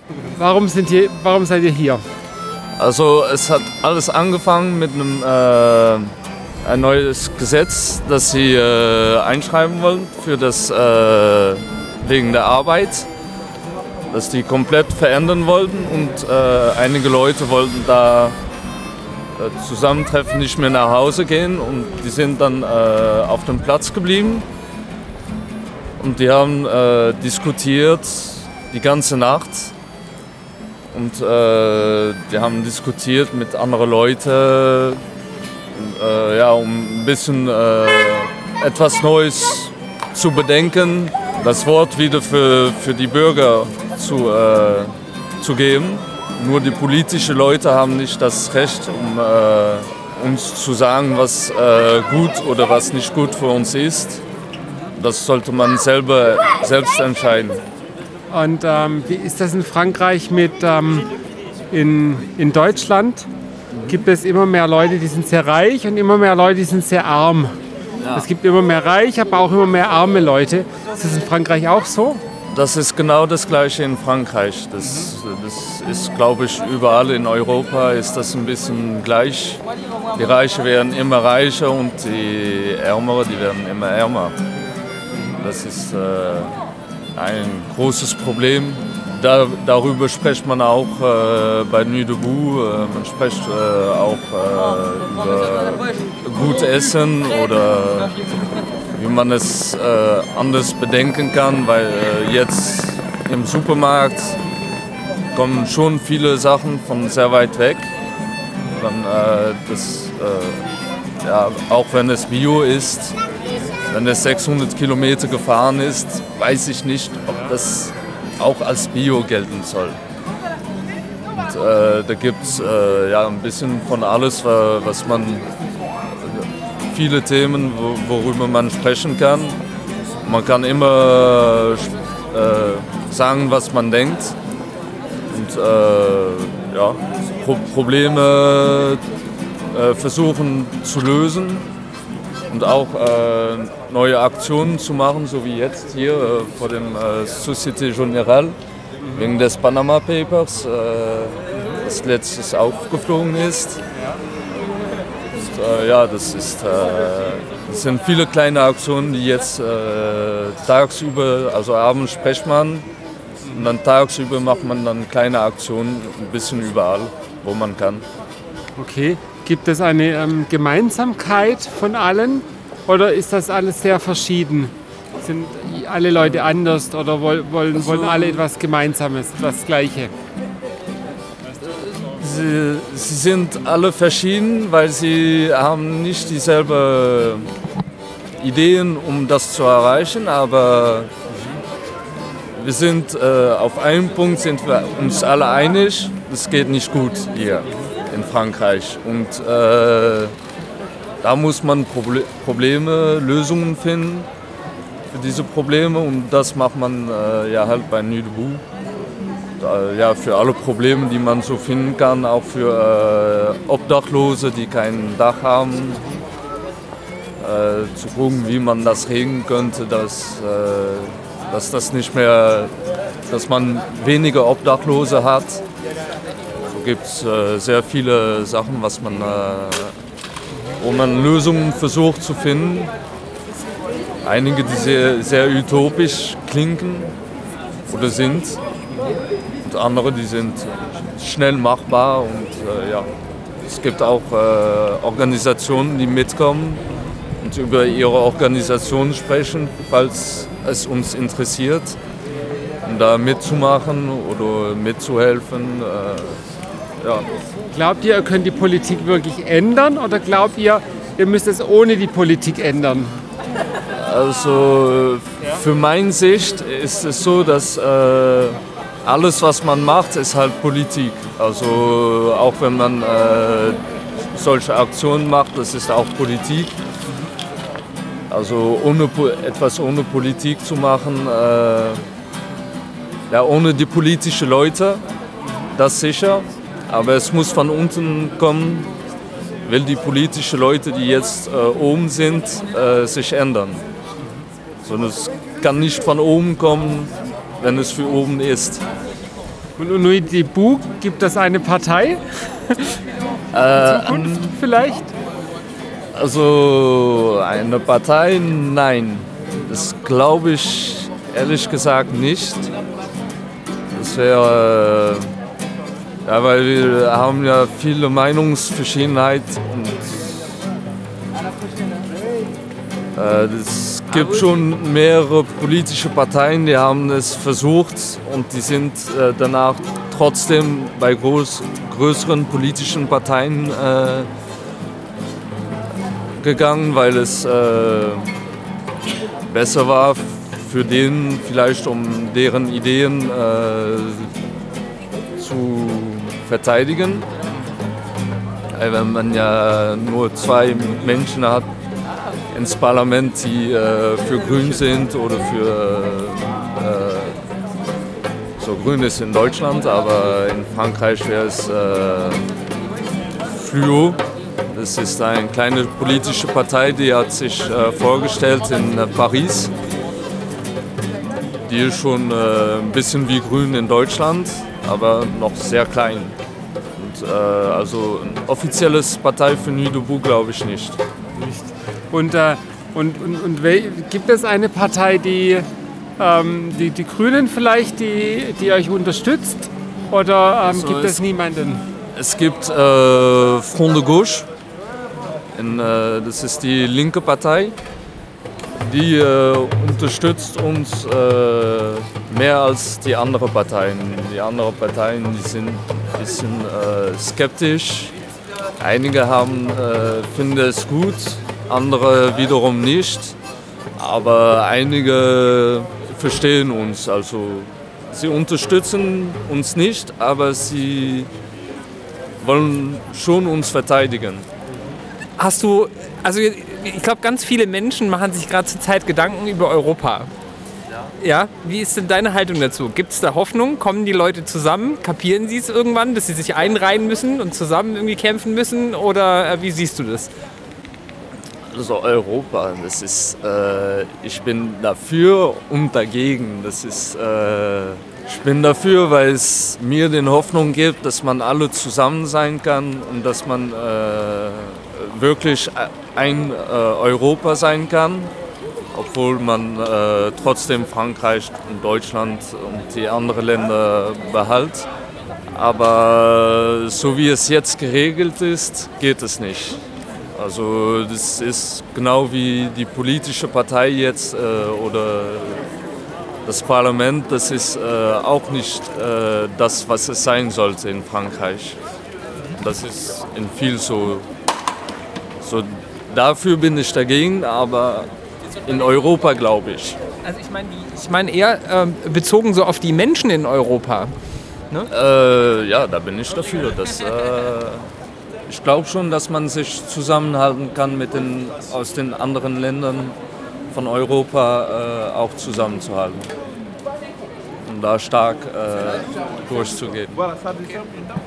Warum seid ihr hier? Also es hat alles angefangen mit ein neues Gesetz, das sie einschreiben wollen für das wegen der Arbeit, das die komplett verändern wollten und einige Leute wollten da zusammentreffen, nicht mehr nach Hause gehen und die sind dann auf dem Platz geblieben und die haben diskutiert die ganze Nacht. Und die haben diskutiert mit anderen Leuten, um ein bisschen etwas Neues zu bedenken, das Wort wieder für die Bürger zu geben. Nur die politischen Leute haben nicht das Recht, um uns zu sagen, was gut oder was nicht gut für uns ist. Das sollte man selbst entscheiden. Und wie ist das in Frankreich in Deutschland? Gibt es immer mehr Leute, die sind sehr reich und immer mehr Leute, die sind sehr arm. Ja. Es gibt immer mehr Reiche, aber auch immer mehr arme Leute. Ist das in Frankreich auch so? Das ist genau das Gleiche in Frankreich. Das ist, glaube ich, überall in Europa ist das ein bisschen gleich. Die Reichen werden immer reicher und die Ärmeren, die werden immer ärmer. Das ist ein großes Problem. Darüber spricht man auch bei Nuit Debout. Man spricht auch über gut Essen oder wie man es anders bedenken kann, weil jetzt im Supermarkt kommen schon viele Sachen von sehr weit weg. Auch wenn es Bio ist, wenn es 600 Kilometer gefahren ist, weiß ich nicht, ob das auch als Bio gelten soll. Und da gibt es ein bisschen von alles, was man, viele Themen, worüber man sprechen kann. Man kann immer sagen, was man denkt und Probleme versuchen zu lösen. Und auch neue Aktionen zu machen, so wie jetzt hier vor dem Société Générale, wegen des Panama Papers, das letztes aufgeflogen ist. Und, das sind viele kleine Aktionen, die jetzt tagsüber, also abends spricht man und dann tagsüber macht man dann kleine Aktionen, ein bisschen überall, wo man kann. Okay. Gibt es eine Gemeinsamkeit von allen oder ist das alles sehr verschieden? Sind alle Leute anders oder wollen alle etwas Gemeinsames, etwas Gleiche? Sie sind alle verschieden, weil sie haben nicht dieselben Ideen, um das zu erreichen, aber wir sind auf einen Punkt sind wir uns alle einig, es geht nicht gut hier in Frankreich. Und da muss man Lösungen finden für diese Probleme und das macht man halt bei Nuit Debout. Für alle Probleme, die man so finden kann, auch für Obdachlose, die kein Dach haben, zu gucken, wie man das regeln könnte, dass man weniger Obdachlose hat. Gibt es sehr viele Sachen, wo man Lösungen versucht zu finden. Einige, die sehr, sehr utopisch klingen oder sind. Und andere, die sind schnell machbar. Und es gibt auch Organisationen, die mitkommen und über ihre Organisation sprechen, falls es uns interessiert. Um da mitzumachen oder mitzuhelfen. Glaubt ihr könnt die Politik wirklich ändern oder glaubt ihr müsst es ohne die Politik ändern? Also für meine Sicht ist es so, dass alles, was man macht, ist halt Politik. Also auch wenn man solche Aktionen macht, das ist auch Politik. Also etwas ohne Politik zu machen, ohne die politischen Leute, das sicher. Aber es muss von unten kommen, weil die politischen Leute, die jetzt oben sind, sich ändern. Sondern es kann nicht von oben kommen, wenn es für oben ist. Und Unuiti Bu, gibt es eine Partei? Zukunft vielleicht? Also eine Partei, nein. Das glaube ich ehrlich gesagt nicht. Das wäre, ja, weil wir haben ja viele Meinungsverschiedenheit und es gibt schon mehrere politische Parteien, die haben es versucht und die sind danach trotzdem bei größeren politischen Parteien gegangen, weil es besser war für den vielleicht, um deren Ideen zu verteidigen. Wenn man ja nur 2 Menschen hat ins Parlament, die für Grün sind oder für so Grün ist in Deutschland, aber in Frankreich wäre es Fluo. Das ist eine kleine politische Partei, die hat sich vorgestellt in Paris. Die ist schon ein bisschen wie Grün in Deutschland, aber noch sehr klein. Und, also ein offizielles Partei für Nuit Debout glaube ich nicht. Und gibt es eine Partei, die Grünen vielleicht, die euch unterstützt? Oder Also gibt es niemanden? Es gibt Front de Gauche, das ist die linke Partei. Die unterstützt uns mehr als die anderen Parteien. Die anderen Parteien, die sind ein bisschen skeptisch. Einige finden es gut, andere wiederum nicht. Aber einige verstehen uns. Also sie unterstützen uns nicht, aber sie wollen schon uns verteidigen. Also ich glaube, ganz viele Menschen machen sich gerade zur Zeit Gedanken über Europa. Ja, wie ist denn deine Haltung dazu? Gibt es da Hoffnung? Kommen die Leute zusammen? Kapieren sie es irgendwann, dass sie sich einreihen müssen und zusammen irgendwie kämpfen müssen? Oder wie siehst du das? Also Europa, das ist, ich bin dafür und dagegen. Ich bin dafür, weil es mir die Hoffnung gibt, dass man alle zusammen sein kann und dass man wirklich ein Europa sein kann, obwohl man trotzdem Frankreich und Deutschland und die anderen Länder behält. Aber so wie es jetzt geregelt ist, geht es nicht. Also das ist genau wie die politische Partei jetzt oder das Parlament, das ist auch nicht das, was es sein sollte in Frankreich. Das ist in viel so. Dafür bin ich dagegen, aber in Europa glaube ich. Also ich meine eher bezogen so auf die Menschen in Europa. Ne? Ja, da bin ich dafür. Ich glaube schon, dass man sich zusammenhalten kann aus den anderen Ländern von Europa auch zusammenzuhalten. Um da stark durchzugehen.